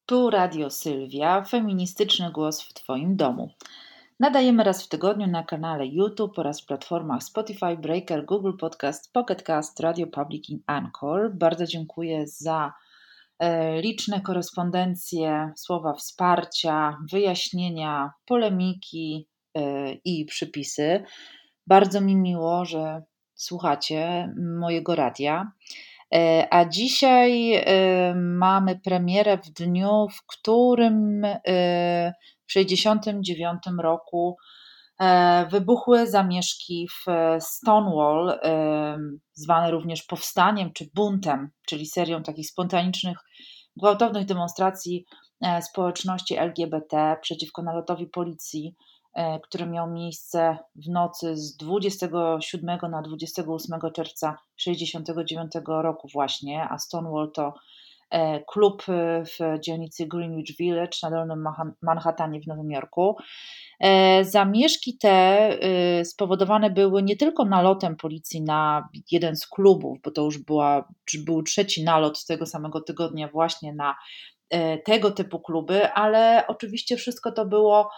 Tu Radio Sylwia, feministyczny głos w Twoim domu. Nadajemy raz w tygodniu na kanale YouTube oraz platformach Spotify, Breaker, Google Podcast, Pocket Cast, Radio Public i Anchor. Bardzo dziękuję za liczne korespondencje, słowa wsparcia, wyjaśnienia, polemiki i przypisy. Bardzo mi miło, że słuchacie mojego radia. A dzisiaj mamy premierę w dniu, w którym w 1969 roku wybuchły zamieszki w Stonewall, zwane również powstaniem czy buntem, czyli serią takich spontanicznych, gwałtownych demonstracji społeczności LGBT przeciwko nalotowi policji, który miał miejsce w nocy z 27 na 28 czerwca 1969 roku właśnie, a Stonewall to klub w dzielnicy Greenwich Village na Dolnym Manhattanie w Nowym Jorku. Zamieszki te spowodowane były nie tylko nalotem policji na jeden z klubów, bo to już był trzeci nalot tego samego tygodnia właśnie na tego typu kluby, ale oczywiście wszystko to było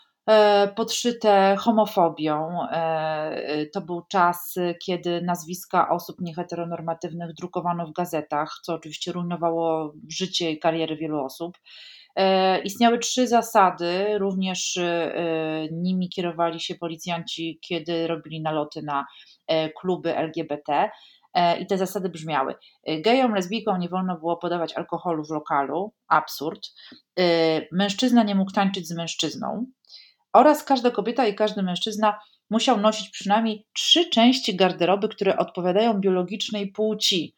podszyte homofobią. To był czas, kiedy nazwiska osób nieheteronormatywnych drukowano w gazetach, co oczywiście rujnowało życie i kariery wielu osób. Istniały 3 zasady, również nimi kierowali się policjanci, kiedy robili naloty na kluby LGBT. I te zasady brzmiały: gejom, lesbijkom nie wolno było podawać alkoholu w lokalu, absurd. Mężczyzna nie mógł tańczyć z mężczyzną. Oraz każda kobieta i każdy mężczyzna musiał nosić przynajmniej 3 części garderoby, które odpowiadają biologicznej płci.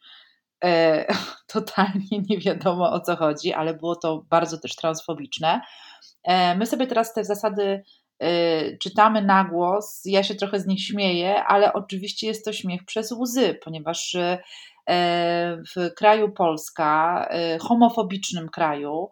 Totalnie nie wiadomo, o co chodzi, ale było to bardzo też transfobiczne. My sobie teraz te zasady czytamy na głos, ja się trochę z nich śmieję, ale oczywiście jest to śmiech przez łzy, ponieważ w kraju Polska, homofobicznym kraju,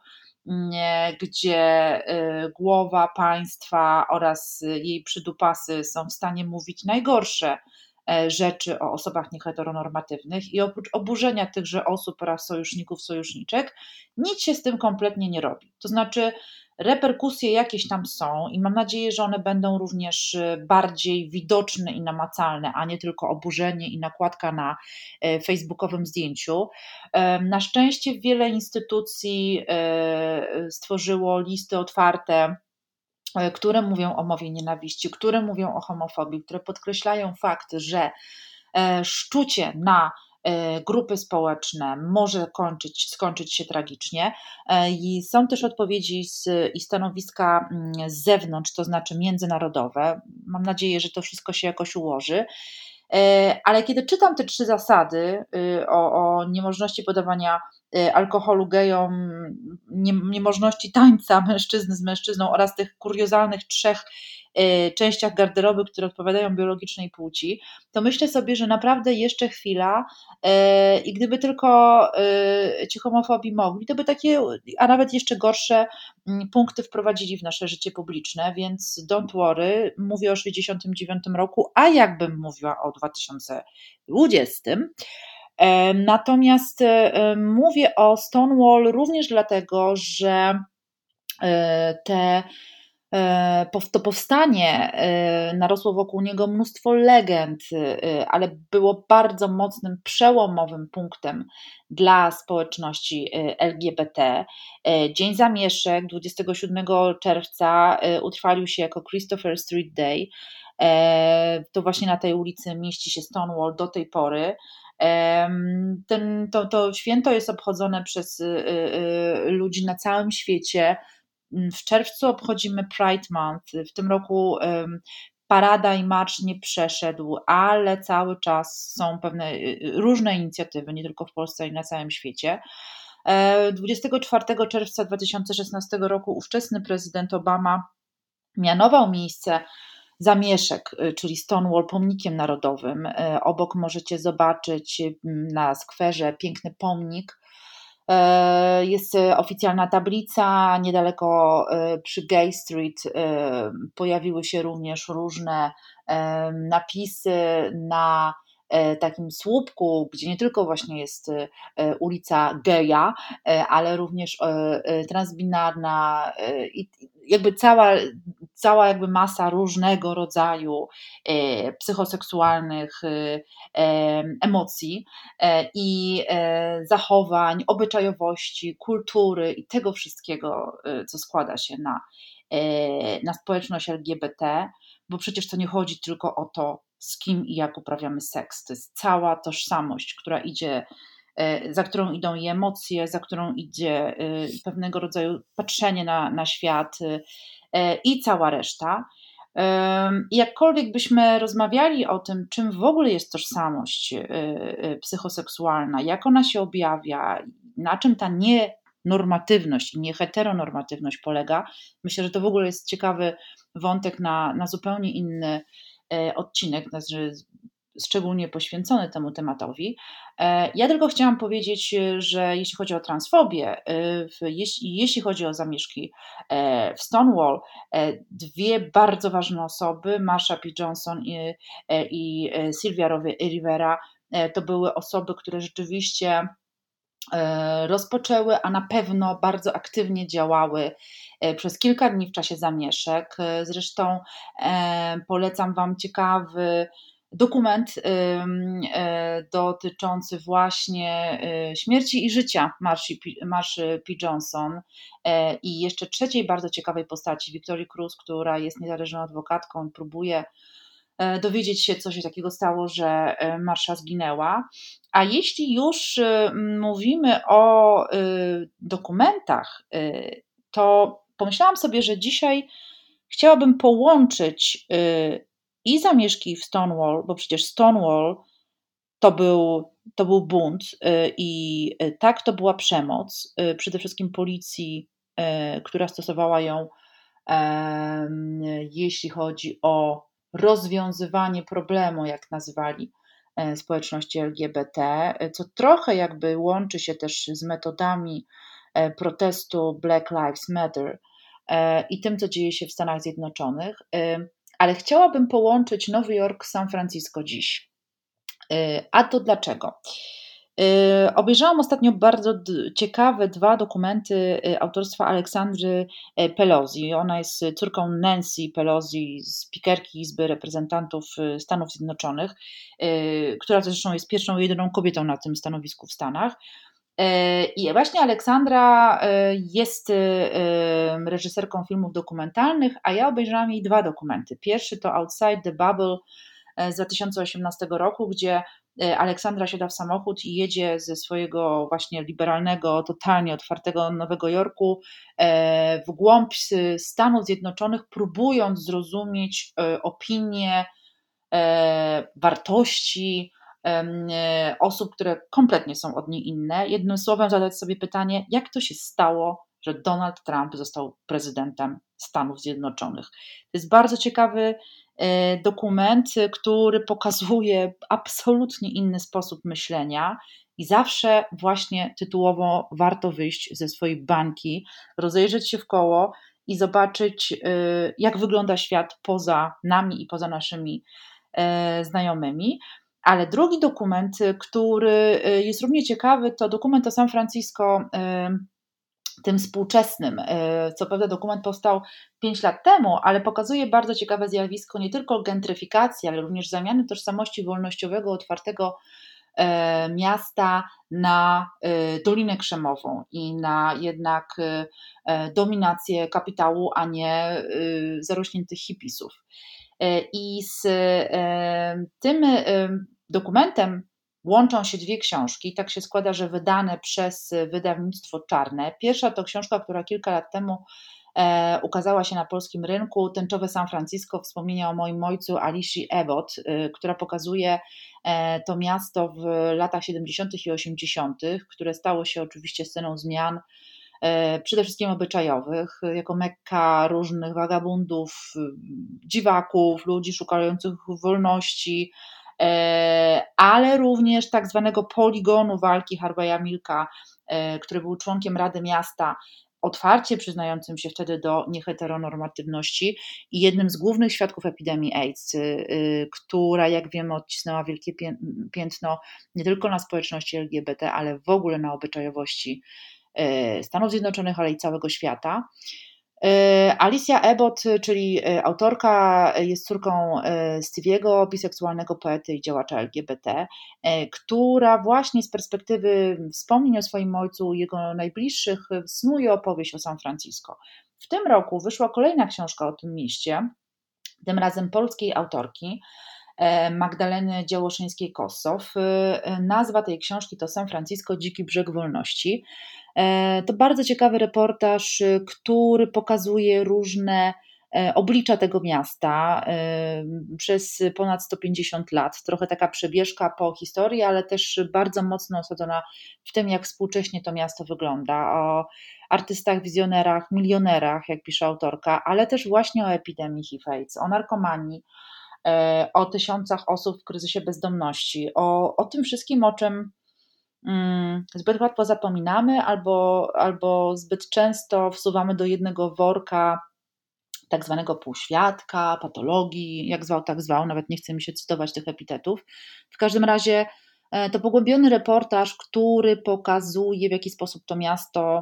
gdzie głowa państwa oraz jej przydupasy są w stanie mówić najgorsze rzeczy o osobach nieheteronormatywnych i oprócz oburzenia tychże osób oraz sojuszników, sojuszniczek, nic się z tym kompletnie nie robi. To znaczy reperkusje jakieś tam są i mam nadzieję, że one będą również bardziej widoczne i namacalne, a nie tylko oburzenie i nakładka na facebookowym zdjęciu. Na szczęście wiele instytucji stworzyło listy otwarte, które mówią o mowie nienawiści, które mówią o homofobii, które podkreślają fakt, że szczucie na grupy społeczne może skończyć się tragicznie. I są też odpowiedzi i stanowiska z zewnątrz, to znaczy międzynarodowe. Mam nadzieję, że to wszystko się jakoś ułoży. Ale kiedy czytam te 3 zasady o niemożności podawania alkoholu gejom, niemożności tańca mężczyzny z mężczyzną oraz tych kuriozalnych 3 częściach garderoby, które odpowiadają biologicznej płci, to myślę sobie, że naprawdę jeszcze chwila i gdyby tylko ci homofobi mogli, to by takie, a nawet jeszcze gorsze punkty wprowadzili w nasze życie publiczne, więc don't worry, mówię o 1969 roku, a jakbym mówiła o 2020. Natomiast mówię o Stonewall również dlatego, że to powstanie, narosło wokół niego mnóstwo legend, ale było bardzo mocnym, przełomowym punktem dla społeczności LGBT. Dzień zamieszek 27 czerwca utrwalił się jako Christopher Street Day. To właśnie na tej ulicy mieści się Stonewall do tej pory. To święto jest obchodzone przez ludzi na całym świecie. W czerwcu obchodzimy Pride Month. W tym roku parada i marsz nie przeszedł, ale cały czas są pewne różne inicjatywy, nie tylko w Polsce, ale i na całym świecie. 24 czerwca 2016 roku ówczesny prezydent Obama mianował miejsce zamieszek, czyli Stonewall, pomnikiem narodowym. Obok możecie zobaczyć na skwerze piękny pomnik. Jest oficjalna tablica, niedaleko przy Gay Street pojawiły się również różne napisy na takim słupku, gdzie nie tylko właśnie jest ulica Geja, ale również transbinarna i jakby cała jakby masa różnego rodzaju psychoseksualnych emocji i zachowań, obyczajowości, kultury i tego wszystkiego, co składa się na społeczność LGBT, bo przecież to nie chodzi tylko o to, z kim i jak uprawiamy seks. To jest cała tożsamość, za którą idą i emocje, za którą idzie pewnego rodzaju patrzenie na świat i cała reszta. Jakkolwiek byśmy rozmawiali o tym, czym w ogóle jest tożsamość psychoseksualna, jak ona się objawia, na czym ta nienormatywność i nieheteronormatywność polega, myślę, że to w ogóle jest ciekawy wątek na zupełnie inny odcinek, znaczy szczególnie poświęcony temu tematowi. Ja tylko chciałam powiedzieć, że jeśli chodzi o transfobię, jeśli chodzi o zamieszki w Stonewall, dwie bardzo ważne osoby, Marsha P. Johnson i Sylvia Rivera, to były osoby, które rzeczywiście rozpoczęły, a na pewno bardzo aktywnie działały przez kilka dni w czasie zamieszek. Zresztą polecam Wam ciekawy dokument dotyczący właśnie śmierci i życia Marszy P. Johnson i jeszcze trzeciej bardzo ciekawej postaci, Victorii Cruz, która jest niezależną adwokatką i próbuje dowiedzieć się, co się takiego stało, że Marsza zginęła. A jeśli już mówimy o dokumentach, to pomyślałam sobie, że dzisiaj chciałabym połączyć i zamieszki w Stonewall, bo przecież Stonewall to był bunt i tak, to była przemoc, przede wszystkim policji, która stosowała ją, jeśli chodzi o rozwiązywanie problemu, jak nazywali społeczności LGBT, co trochę jakby łączy się też z metodami protestu Black Lives Matter i tym, co dzieje się w Stanach Zjednoczonych, ale chciałabym połączyć Nowy Jork, San Francisco dziś. A to dlaczego? Obejrzałam ostatnio bardzo ciekawe dwa dokumenty autorstwa Aleksandry Pelosi. Ona jest córką Nancy Pelosi, spikerki Izby Reprezentantów Stanów Zjednoczonych, która zresztą jest pierwszą i jedyną kobietą na tym stanowisku w Stanach. I właśnie Aleksandra jest reżyserką filmów dokumentalnych, a ja obejrzałam jej dwa dokumenty. Pierwszy to Outside the Bubble z 2018 roku, gdzie Aleksandra siada w samochód i jedzie ze swojego właśnie liberalnego, totalnie otwartego Nowego Jorku w głąb Stanów Zjednoczonych, próbując zrozumieć opinie, wartości osób, które kompletnie są od niej inne. Jednym słowem zadać sobie pytanie, jak to się stało, że Donald Trump został prezydentem Stanów Zjednoczonych. To jest bardzo ciekawy dokument, który pokazuje absolutnie inny sposób myślenia i zawsze właśnie tytułowo warto wyjść ze swojej bańki, rozejrzeć się w koło i zobaczyć, jak wygląda świat poza nami i poza naszymi znajomymi. Ale drugi dokument, który jest równie ciekawy, to dokument o San Francisco, tym współczesnym. Co prawda dokument powstał 5 lat temu, ale pokazuje bardzo ciekawe zjawisko nie tylko gentryfikacji, ale również zamiany tożsamości wolnościowego, otwartego miasta na Dolinę Krzemową i na jednak dominację kapitału, a nie zarośniętych hipisów. I z tym dokumentem łączą się dwie książki. Tak się składa, że wydane przez wydawnictwo Czarne. Pierwsza to książka, która kilka lat temu ukazała się na polskim rynku, Tęczowe San Francisco, wspomnienia o moim ojcu Alicji Abbott, która pokazuje to miasto w latach 70. i 80., które stało się oczywiście sceną zmian, przede wszystkim obyczajowych, jako Mekka różnych wagabundów, dziwaków, ludzi szukających wolności, ale również tak zwanego poligonu walki Harveya Milka, który był członkiem Rady Miasta, otwarcie przyznającym się wtedy do nieheteronormatywności i jednym z głównych świadków epidemii AIDS, która, jak wiemy, odcisnęła wielkie piętno nie tylko na społeczności LGBT, ale w ogóle na obyczajowości Stanów Zjednoczonych, ale i całego świata. Alicia Abbott, czyli autorka, jest córką Stevie'ego, biseksualnego poety i działacza LGBT, która właśnie z perspektywy wspomnień o swoim ojcu i jego najbliższych snuje opowieść o San Francisco. W tym roku wyszła kolejna książka o tym mieście, tym razem polskiej autorki, Magdaleny Działoszyńskiej-Kossow. Nazwa tej książki to San Francisco, Dziki Brzeg Wolności. To bardzo ciekawy reportaż, który pokazuje różne oblicza tego miasta przez ponad 150 lat. Trochę taka przebieżka po historii, ale też bardzo mocno osadzona w tym, jak współcześnie to miasto wygląda. O artystach, wizjonerach, milionerach, jak pisze autorka, ale też właśnie o epidemii HIV/AIDS, o narkomanii, o tysiącach osób w kryzysie bezdomności, o tym wszystkim, o czym zbyt łatwo zapominamy albo zbyt często wsuwamy do jednego worka tak zwanego półświadka, patologii, jak zwał, tak zwał, nawet nie chcę mi się cytować tych epitetów. W każdym razie to pogłębiony reportaż, który pokazuje, w jaki sposób to miasto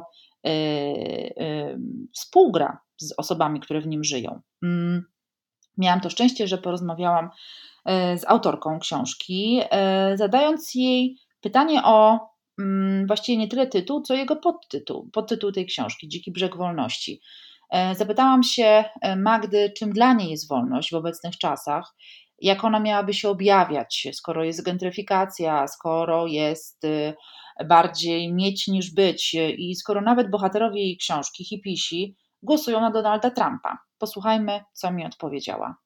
współgra z osobami, które w nim żyją. Miałam to szczęście, że porozmawiałam z autorką książki, zadając jej pytanie o właściwie nie tyle tytuł, co jego podtytuł tej książki, Dziki Brzeg Wolności. Zapytałam się Magdy, czym dla niej jest wolność w obecnych czasach, jak ona miałaby się objawiać, skoro jest gentryfikacja, skoro jest bardziej mieć niż być i skoro nawet bohaterowie jej książki, hipisi, głosują na Donalda Trumpa. Posłuchajmy, co mi odpowiedziała.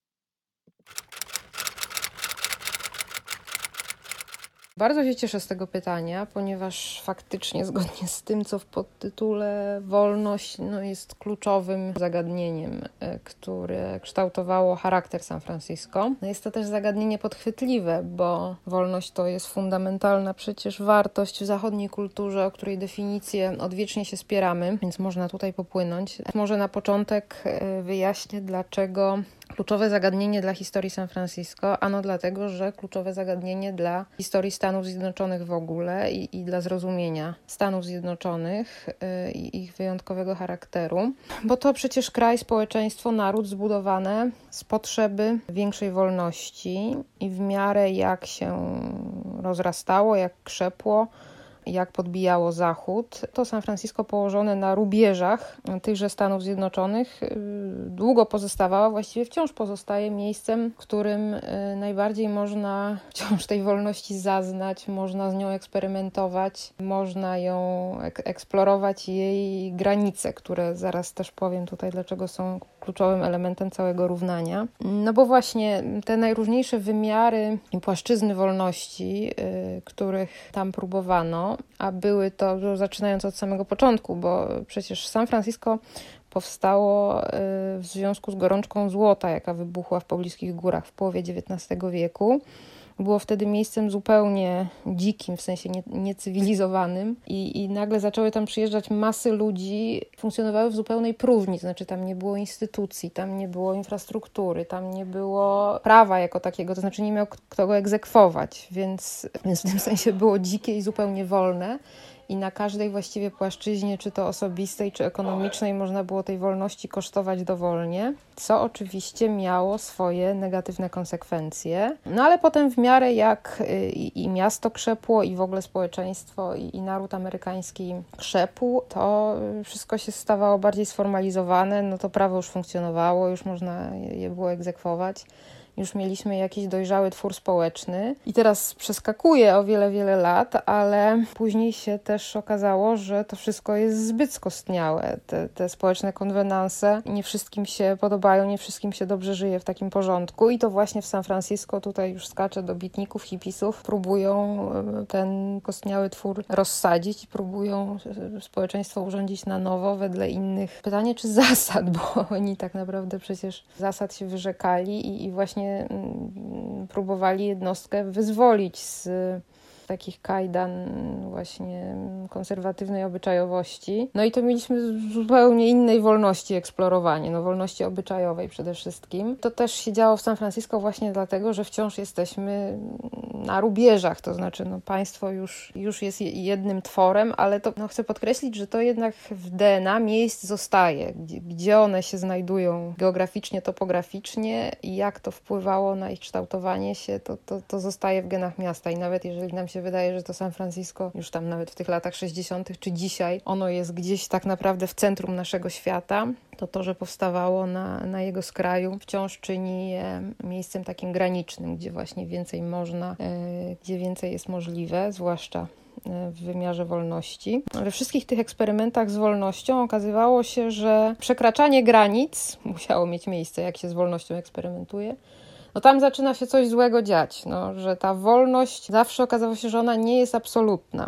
Bardzo się cieszę z tego pytania, ponieważ faktycznie zgodnie z tym, co w podtytule wolność jest kluczowym zagadnieniem, które kształtowało charakter San Francisco. Jest to też zagadnienie podchwytliwe, bo wolność to jest fundamentalna przecież wartość w zachodniej kulturze, o której definicję odwiecznie się spieramy, więc można tutaj popłynąć. Może na początek wyjaśnię, dlaczego kluczowe zagadnienie dla historii San Francisco, ano dlatego, że kluczowe zagadnienie dla historii Stanów Zjednoczonych w ogóle i dla zrozumienia Stanów Zjednoczonych i ich wyjątkowego charakteru, bo to przecież kraj, społeczeństwo, naród zbudowane z potrzeby większej wolności i w miarę jak się rozrastało, jak krzepło, jak podbijało Zachód, to San Francisco położone na rubieżach tychże Stanów Zjednoczonych długo pozostawało, właściwie wciąż pozostaje miejscem, w którym najbardziej można wciąż tej wolności zaznać, można z nią eksperymentować, można ją eksplorować jej granice, które zaraz też powiem tutaj, dlaczego są kluczowym elementem całego równania. No bo właśnie te najróżniejsze wymiary i płaszczyzny wolności, których tam próbowano, a były to, zaczynając od samego początku, bo przecież San Francisco powstało w związku z gorączką złota, jaka wybuchła w pobliskich górach w połowie XIX wieku. Było wtedy miejscem zupełnie dzikim, w sensie niecywilizowanym i nagle zaczęły tam przyjeżdżać masy ludzi, funkcjonowały w zupełnej próżni, to znaczy tam nie było instytucji, tam nie było infrastruktury, tam nie było prawa jako takiego, to znaczy nie miał kto go egzekwować, więc w tym sensie było dzikie i zupełnie wolne. I na każdej właściwie płaszczyźnie, czy to osobistej, czy ekonomicznej, można było tej wolności kosztować dowolnie, co oczywiście miało swoje negatywne konsekwencje. No ale potem w miarę jak i miasto krzepło, i w ogóle społeczeństwo, i naród amerykański krzepł, to wszystko się stawało bardziej sformalizowane, no to prawo już funkcjonowało, już można je było egzekwować. Już mieliśmy jakiś dojrzały twór społeczny i teraz przeskakuje o wiele, wiele lat, ale później się też okazało, że to wszystko jest zbyt skostniałe. Te społeczne konwenanse nie wszystkim się podobają, nie wszystkim się dobrze żyje w takim porządku i to właśnie w San Francisco, tutaj już skaczę do bitników, hipisów, próbują ten kostniały twór rozsadzić i próbują społeczeństwo urządzić na nowo wedle innych. Pytanie, czy zasad, bo oni tak naprawdę przecież zasad się wyrzekali i właśnie próbowali jednostkę wyzwolić z takich kajdan właśnie konserwatywnej obyczajowości. No i to mieliśmy zupełnie innej wolności eksplorowanie, no wolności obyczajowej przede wszystkim. To też się działo w San Francisco właśnie dlatego, że wciąż jesteśmy na rubieżach, to znaczy no państwo już jest jednym tworem, ale to chcę podkreślić, że to jednak w DNA miejsc zostaje, gdzie one się znajdują geograficznie, topograficznie i jak to wpływało na ich kształtowanie się, to zostaje w genach miasta i nawet jeżeli nam się wydaje, że to San Francisco już tam nawet w tych latach 60. czy dzisiaj ono jest gdzieś tak naprawdę w centrum naszego świata, to, że powstawało na jego skraju wciąż czyni je miejscem takim granicznym, gdzie właśnie więcej można, gdzie więcej jest możliwe, zwłaszcza w wymiarze wolności. We wszystkich tych eksperymentach z wolnością okazywało się, że przekraczanie granic musiało mieć miejsce, jak się z wolnością eksperymentuje. No tam zaczyna się coś złego dziać, że ta wolność zawsze okazało się, że ona nie jest absolutna.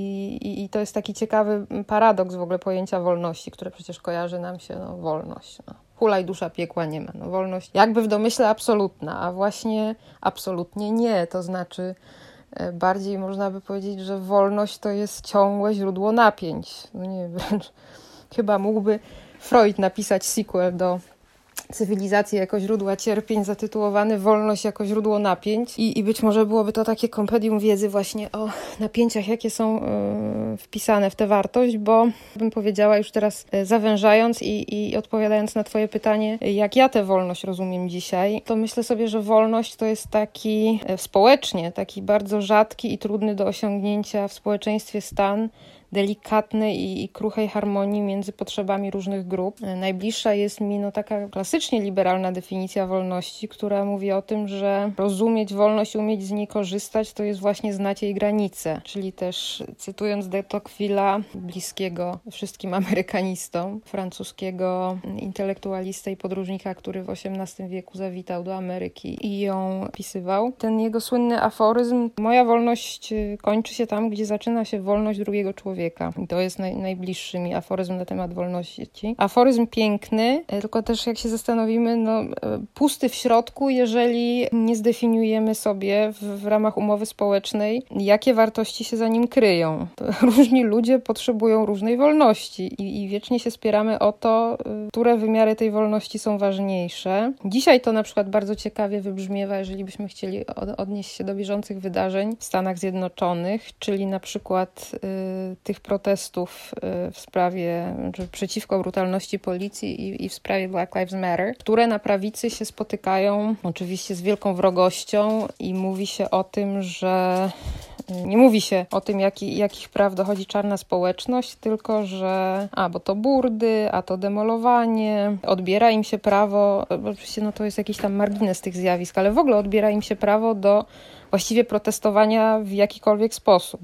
I to jest taki ciekawy paradoks w ogóle pojęcia wolności, które przecież kojarzy nam się, wolność. Hulaj dusza, piekła nie ma. Wolność jakby w domyśle absolutna, a właśnie absolutnie nie. To znaczy bardziej można by powiedzieć, że wolność to jest ciągłe źródło napięć. Nie wręcz chyba mógłby Freud napisać sequel do Cywilizacji jako źródła cierpień, zatytułowany Wolność jako źródło napięć i być może byłoby to takie kompendium wiedzy właśnie o napięciach, jakie są wpisane w tę wartość, bo bym powiedziała już teraz zawężając i odpowiadając na twoje pytanie, jak ja tę wolność rozumiem dzisiaj, to myślę sobie, że wolność to jest taki społecznie, taki bardzo rzadki i trudny do osiągnięcia w społeczeństwie stan delikatnej i kruchej harmonii między potrzebami różnych grup. Najbliższa jest mi taka klasycznie liberalna definicja wolności, która mówi o tym, że rozumieć wolność, umieć z niej korzystać, to jest właśnie znać jej granice. Czyli też cytując de Tocqueville'a, bliskiego wszystkim amerykanistom, francuskiego intelektualistę i podróżnika, który w XVIII wieku zawitał do Ameryki i ją opisywał. Ten jego słynny aforyzm: moja wolność kończy się tam, gdzie zaczyna się wolność drugiego człowieka. I to jest najbliższy mi aforyzm na temat wolności. Aforyzm piękny, tylko też jak się zastanowimy, pusty w środku, jeżeli nie zdefiniujemy sobie w ramach umowy społecznej, jakie wartości się za nim kryją. To różni ludzie potrzebują różnej wolności i wiecznie się spieramy o to, które wymiary tej wolności są ważniejsze. Dzisiaj to na przykład bardzo ciekawie wybrzmiewa, jeżeli byśmy chcieli odnieść się do bieżących wydarzeń w Stanach Zjednoczonych, czyli na przykład tych protestów w sprawie, czy przeciwko brutalności policji i w sprawie Black Lives Matter, które na prawicy się spotykają oczywiście z wielką wrogością i mówi się o tym, że nie mówi się o tym, jakich praw dochodzi czarna społeczność, tylko że bo to burdy, a to demolowanie, odbiera im się prawo, oczywiście to jest jakiś tam margines tych zjawisk, ale w ogóle odbiera im się prawo do właściwie protestowania w jakikolwiek sposób,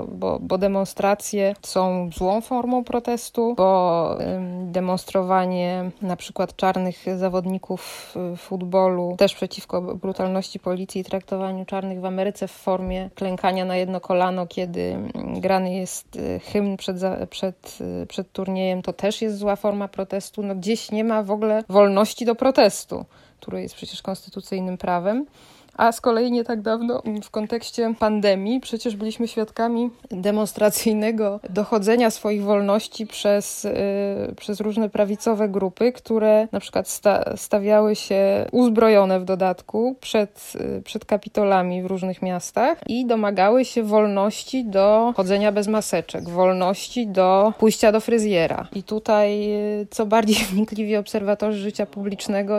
bo demonstracje są złą formą protestu, bo demonstrowanie na przykład czarnych zawodników futbolu też przeciwko brutalności policji i traktowaniu czarnych w Ameryce w formie klękania na jedno kolano, kiedy grany jest hymn przed turniejem, to też jest zła forma protestu. Gdzieś nie ma w ogóle wolności do protestu, który jest przecież konstytucyjnym prawem. A z kolei nie tak dawno w kontekście pandemii przecież byliśmy świadkami demonstracyjnego dochodzenia swoich wolności przez różne prawicowe grupy, które na przykład stawiały się uzbrojone w dodatku przed kapitolami w różnych miastach i domagały się wolności do chodzenia bez maseczek, wolności do pójścia do fryzjera. I tutaj co bardziej wnikliwi obserwatorzy życia publicznego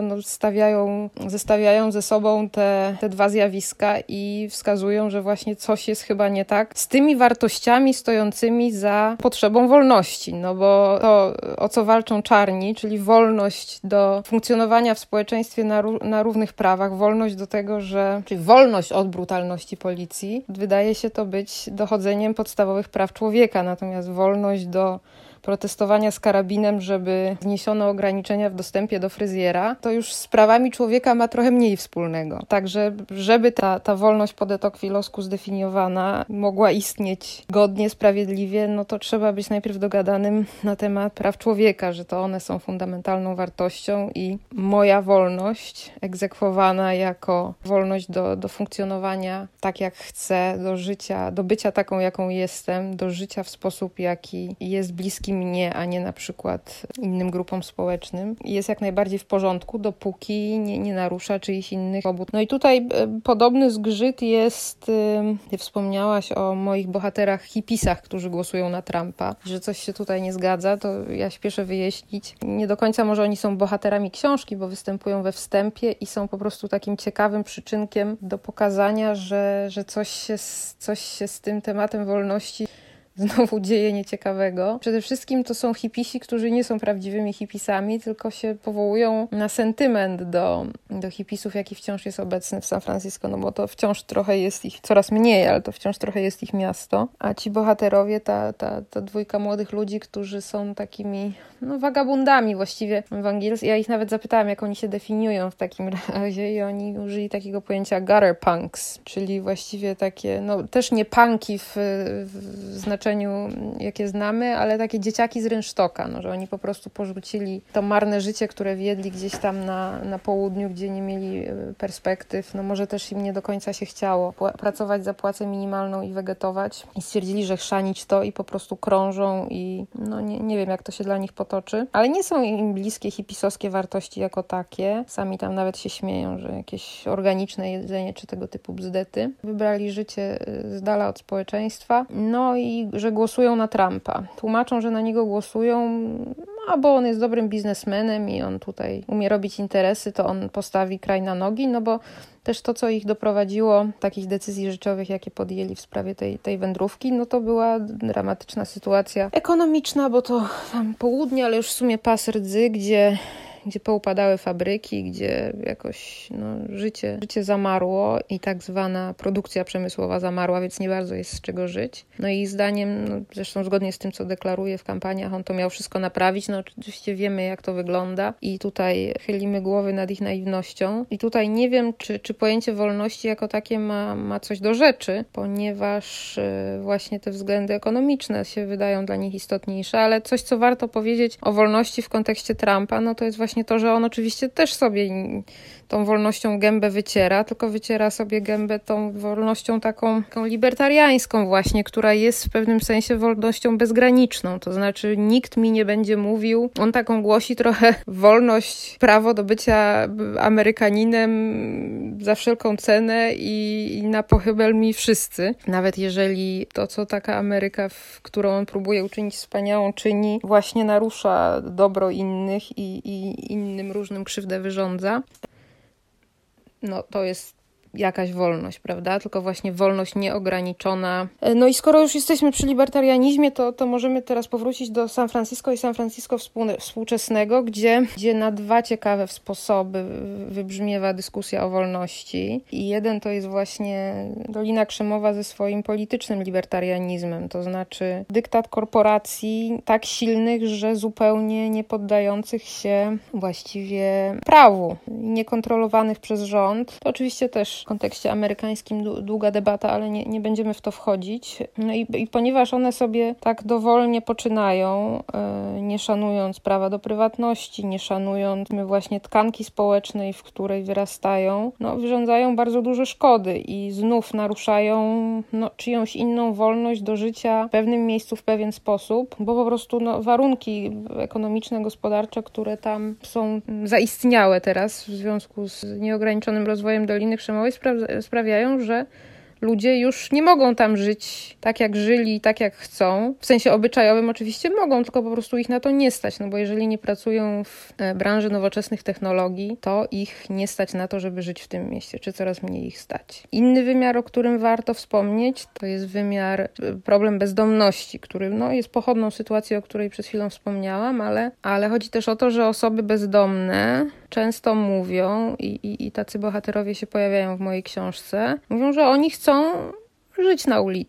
zestawiają ze sobą te dwa zjawiska i wskazują, że właśnie coś jest chyba nie tak z tymi wartościami stojącymi za potrzebą wolności, bo to, o co walczą czarni, czyli wolność do funkcjonowania w społeczeństwie na równych prawach, wolność do tego, czyli wolność od brutalności policji, wydaje się to być dochodzeniem podstawowych praw człowieka, natomiast wolność do protestowania z karabinem, żeby zniesiono ograniczenia w dostępie do fryzjera, to już z prawami człowieka ma trochę mniej wspólnego. Także, żeby ta wolność po de Tocquevillowsku zdefiniowana mogła istnieć godnie, sprawiedliwie, no to trzeba być najpierw dogadanym na temat praw człowieka, że to one są fundamentalną wartością i moja wolność egzekwowana jako wolność do funkcjonowania tak, jak chcę, do życia, do bycia taką, jaką jestem, do życia w sposób, jaki jest bliski mnie, a nie na przykład innym grupom społecznym. Jest jak najbardziej w porządku, dopóki nie narusza czyichś innych swobód. No i tutaj podobny zgrzyt jest, ty wspomniałaś o moich bohaterach hipisach, którzy głosują na Trumpa, że coś się tutaj nie zgadza, to ja śpieszę wyjaśnić. Nie do końca może oni są bohaterami książki, bo występują we wstępie i są po prostu takim ciekawym przyczynkiem do pokazania, że coś się z tym tematem wolności znowu dzieje nieciekawego. Przede wszystkim to są hipisi, którzy nie są prawdziwymi hipisami, tylko się powołują na sentyment do hipisów, jaki wciąż jest obecny w San Francisco, no bo to wciąż trochę jest ich, coraz mniej, ale to wciąż trochę jest ich miasto. A ci bohaterowie, ta dwójka młodych ludzi, którzy są takimi wagabundami właściwie ewangelii. Ja ich nawet zapytałam, jak oni się definiują w takim razie i oni użyli takiego pojęcia gutter punks, czyli właściwie takie, też nie punki w znaczeniu, jakie znamy, ale takie dzieciaki z rynsztoka, że oni po prostu porzucili to marne życie, które wiedli gdzieś tam na południu, gdzie nie mieli perspektyw. Może też im nie do końca się chciało pracować za płacę minimalną i wegetować i stwierdzili, że chrzanić to i po prostu krążą i nie wiem, jak to się dla nich potoczy, ale nie są im bliskie hipisowskie wartości jako takie. Sami tam nawet się śmieją, że jakieś organiczne jedzenie czy tego typu bzdety. Wybrali życie z dala od społeczeństwa, i że głosują na Trumpa. Tłumaczą, że na niego głosują, bo on jest dobrym biznesmenem i on tutaj umie robić interesy, to on postawi kraj na nogi, bo też to, co ich doprowadziło, takich decyzji życiowych, jakie podjęli w sprawie tej wędrówki, to była dramatyczna sytuacja ekonomiczna, bo to tam południe, ale już w sumie pas rdzy, gdzie poupadały fabryki, gdzie jakoś życie zamarło i tak zwana produkcja przemysłowa zamarła, więc nie bardzo jest z czego żyć. I zdaniem, zresztą zgodnie z tym, co deklaruje w kampaniach, on to miał wszystko naprawić. Oczywiście wiemy, jak to wygląda i tutaj chylimy głowy nad ich naiwnością. I tutaj nie wiem, czy pojęcie wolności jako takie ma coś do rzeczy, ponieważ właśnie te względy ekonomiczne się wydają dla nich istotniejsze, ale coś, co warto powiedzieć o wolności w kontekście Trumpa, to jest właśnie to, że on oczywiście też sobie tą wolnością gębę wyciera, tylko wyciera sobie gębę tą wolnością taką libertariańską właśnie, która jest w pewnym sensie wolnością bezgraniczną. To znaczy nikt mi nie będzie mówił, on taką głosi trochę wolność, prawo do bycia Amerykaninem za wszelką cenę i na pochybel mi wszyscy. Nawet jeżeli to, co taka Ameryka, którą on próbuje uczynić wspaniałą, czyni, właśnie narusza dobro innych i innym różnym krzywdę wyrządza. To jest jakaś wolność, prawda? Tylko właśnie wolność nieograniczona. I skoro już jesteśmy przy libertarianizmie, to możemy teraz powrócić do San Francisco i San Francisco współczesnego, gdzie na dwa ciekawe sposoby wybrzmiewa dyskusja o wolności. I jeden to jest właśnie Dolina Krzemowa ze swoim politycznym libertarianizmem, to znaczy dyktat korporacji tak silnych, że zupełnie nie poddających się właściwie prawu, niekontrolowanych przez rząd. To oczywiście też w kontekście amerykańskim długa debata, ale nie będziemy w to wchodzić. I ponieważ one sobie tak dowolnie poczynają, nie szanując prawa do prywatności, nie szanując właśnie tkanki społecznej, w której wyrastają, wyrządzają bardzo duże szkody i znów naruszają czyjąś inną wolność do życia w pewnym miejscu w pewien sposób, bo po prostu warunki ekonomiczne, gospodarcze, które tam są zaistniałe teraz w związku z nieograniczonym rozwojem Doliny Krzemowej, sprawiają, że ludzie już nie mogą tam żyć tak, jak żyli, tak, jak chcą. W sensie obyczajowym oczywiście mogą, tylko po prostu ich na to nie stać, bo jeżeli nie pracują w branży nowoczesnych technologii, to ich nie stać na to, żeby żyć w tym mieście, czy coraz mniej ich stać. Inny wymiar, o którym warto wspomnieć, to jest problem bezdomności, który jest pochodną sytuacji, o której przed chwilą wspomniałam, ale chodzi też o to, że osoby bezdomne często mówią i tacy bohaterowie się pojawiają w mojej książce, mówią, że oni chcą żyć na ulicy.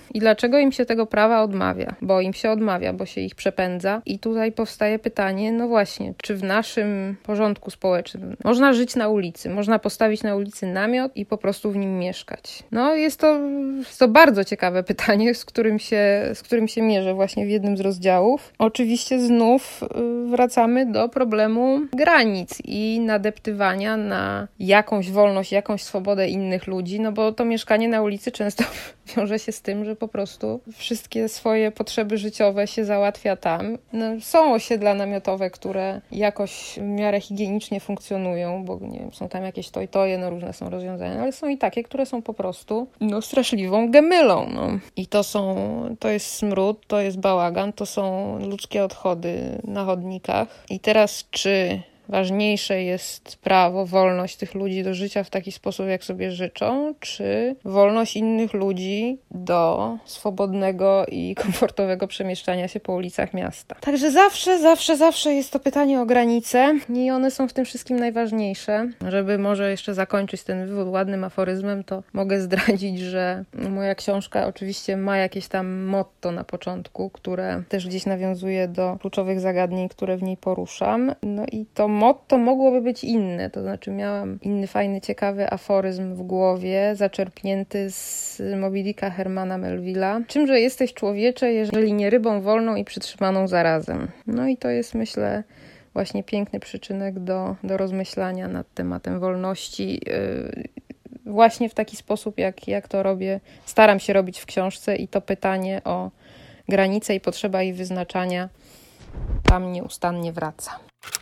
I dlaczego im się tego prawa odmawia? Bo im się odmawia, bo się ich przepędza. I tutaj powstaje pytanie, no właśnie, czy w naszym porządku społecznym można żyć na ulicy? Można postawić na ulicy namiot i po prostu w nim mieszkać? No jest to bardzo ciekawe pytanie, z którym się mierzę właśnie w jednym z rozdziałów. Oczywiście znów wracamy do problemu granic i nadeptywania na jakąś wolność, jakąś swobodę innych ludzi, no bo to mieszkanie na ulicy często wiąże się z tym, że po prostu wszystkie swoje potrzeby życiowe się załatwia tam. No, są osiedla namiotowe, które jakoś w miarę higienicznie funkcjonują, bo nie wiem, są tam jakieś toj-toje, no różne są rozwiązania, ale są i takie, które są po prostu straszliwą gemylą. No. I to jest smród, to jest bałagan, to są ludzkie odchody na chodnikach. I teraz czy ważniejsze jest prawo, wolność tych ludzi do życia w taki sposób, jak sobie życzą, czy wolność innych ludzi do swobodnego i komfortowego przemieszczania się po ulicach miasta. Także zawsze jest to pytanie o granice i one są w tym wszystkim najważniejsze. Żeby może jeszcze zakończyć ten wywód ładnym aforyzmem, to mogę zdradzić, że moja książka oczywiście ma jakieś tam motto na początku, które też gdzieś nawiązuje do kluczowych zagadnień, które w niej poruszam. No i to motto mogłoby być inne, to znaczy miałam inny fajny, ciekawy aforyzm w głowie, zaczerpnięty z Moby Dicka Hermana Melville'a. Czymże jesteś, człowiecze, jeżeli nie rybą wolną i przytrzymaną zarazem? No i to jest, myślę, właśnie piękny przyczynek do rozmyślania nad tematem wolności, właśnie w taki sposób, jak to robię, staram się robić w książce i to pytanie o granice i potrzeba ich wyznaczania tam nieustannie wraca.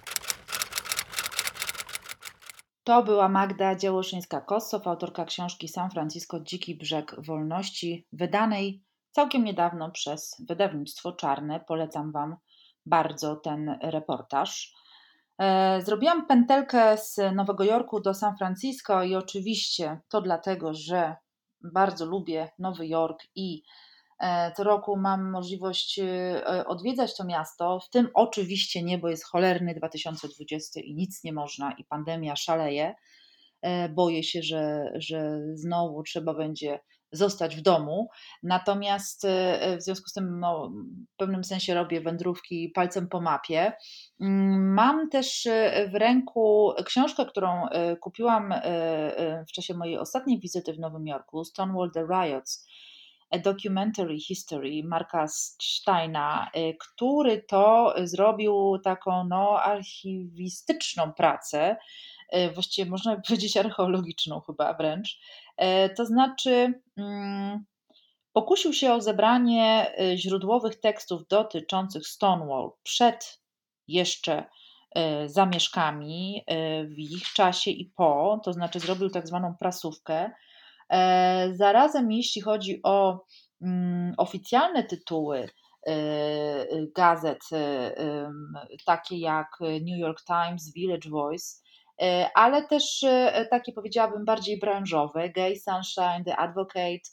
To była Magda Działoszyńska-Kossow, autorka książki San Francisco Dziki Brzeg Wolności, wydanej całkiem niedawno przez wydawnictwo Czarne. Polecam Wam bardzo ten reportaż. Zrobiłam pętelkę z Nowego Jorku do San Francisco i oczywiście to dlatego, że bardzo lubię Nowy Jork i co roku mam możliwość odwiedzać to miasto, w tym oczywiście nie, bo jest cholerny 2020 i nic nie można i pandemia szaleje. Boję się, że znowu trzeba będzie zostać w domu. Natomiast w związku z tym w pewnym sensie robię wędrówki palcem po mapie. Mam też w ręku książkę, którą kupiłam w czasie mojej ostatniej wizyty w Nowym Jorku, Stonewall The Riots, A Documentary History Marka Steina, który to zrobił taką archiwistyczną pracę, właściwie można by powiedzieć archeologiczną chyba wręcz. To znaczy pokusił się o zebranie źródłowych tekstów dotyczących Stonewall przed jeszcze zamieszkami w ich czasie i po, to znaczy zrobił tak zwaną prasówkę. Zarazem jeśli chodzi o oficjalne tytuły gazet, takie jak New York Times, Village Voice, ale też takie powiedziałabym bardziej branżowe, Gay Sunshine, The Advocate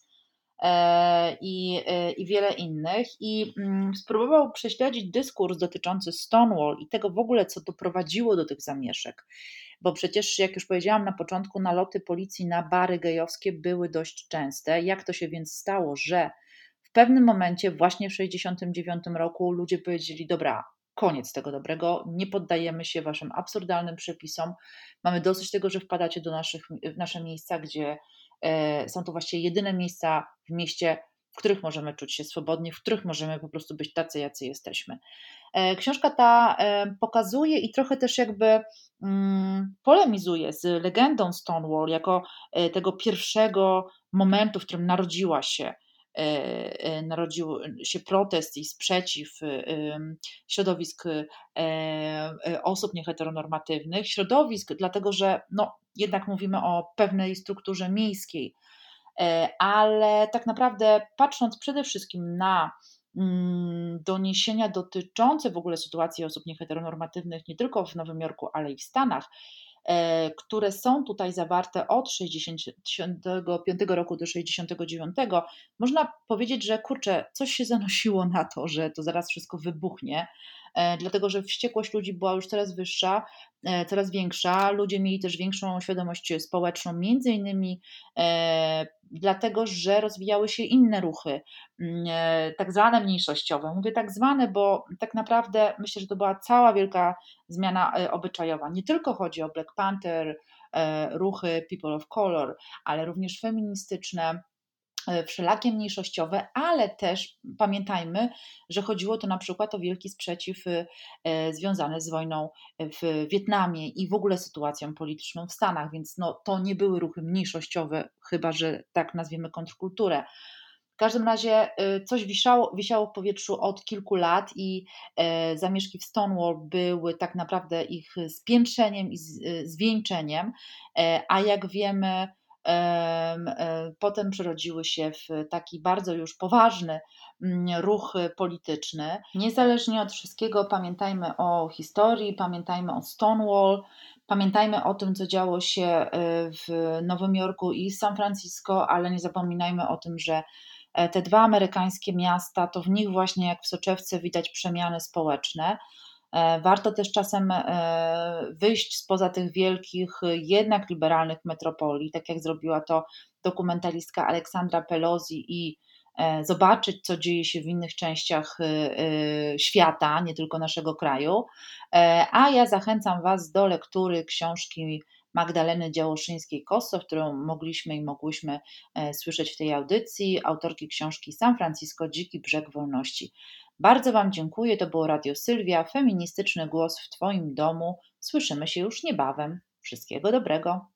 i wiele innych. I spróbował prześledzić dyskurs dotyczący Stonewall i tego w ogóle, co doprowadziło do tych zamieszek. Bo przecież, jak już powiedziałam na początku, naloty policji na bary gejowskie były dość częste. Jak to się więc stało, że w pewnym momencie, właśnie w 1969 roku, ludzie powiedzieli: dobra, koniec tego dobrego, nie poddajemy się waszym absurdalnym przepisom, mamy dosyć tego, że wpadacie w nasze miejsca, gdzie są to właściwie jedyne miejsca w mieście, w których możemy czuć się swobodnie, w których możemy po prostu być tacy, jacy jesteśmy. Książka ta pokazuje i trochę też jakby polemizuje z legendą Stonewall jako tego pierwszego momentu, w którym narodził się protest i sprzeciw środowisk osób nieheteronormatywnych. Środowisk, dlatego że jednak mówimy o pewnej strukturze miejskiej, ale tak naprawdę patrząc przede wszystkim na doniesienia dotyczące w ogóle sytuacji osób nieheteronormatywnych nie tylko w Nowym Jorku, ale i w Stanach, które są tutaj zawarte od 65 roku do 69, można powiedzieć, że kurczę, coś się zanosiło na to, że to zaraz wszystko wybuchnie, dlatego że wściekłość ludzi była już coraz wyższa, coraz większa. Ludzie mieli też większą świadomość społeczną, między innymi dlatego, że rozwijały się inne ruchy, tak zwane mniejszościowe. Mówię tak zwane, bo tak naprawdę myślę, że to była cała wielka zmiana obyczajowa. Nie tylko chodzi o Black Panther, ruchy People of Color, ale również feministyczne, wszelakie mniejszościowe, ale też pamiętajmy, że chodziło to na przykład o wielki sprzeciw związany z wojną w Wietnamie i w ogóle sytuacją polityczną w Stanach, więc no, to nie były ruchy mniejszościowe, chyba że tak nazwiemy kontrkulturę. W każdym razie coś wisiało w powietrzu od kilku lat i zamieszki w Stonewall były tak naprawdę ich spiętrzeniem i zwieńczeniem, a jak wiemy, potem przerodziły się w taki bardzo już poważny ruch polityczny. Niezależnie od wszystkiego pamiętajmy o historii, pamiętajmy o Stonewall, pamiętajmy o tym, co działo się w Nowym Jorku i San Francisco, ale nie zapominajmy o tym, że te dwa amerykańskie miasta, to w nich właśnie jak w soczewce widać przemiany społeczne. Warto też czasem wyjść spoza tych wielkich, jednak liberalnych metropolii, tak jak zrobiła to dokumentalistka Aleksandra Pelosi i zobaczyć, co dzieje się w innych częściach świata, nie tylko naszego kraju. A ja zachęcam Was do lektury książki Magdaleny Działoszyńskiej-Kosso, którą mogliśmy i mogłyśmy słyszeć w tej audycji, autorki książki San Francisco, Dziki Brzeg Wolności. Bardzo Wam dziękuję, to było Radio Sylwia, feministyczny głos w Twoim domu. Słyszymy się już niebawem. Wszystkiego dobrego.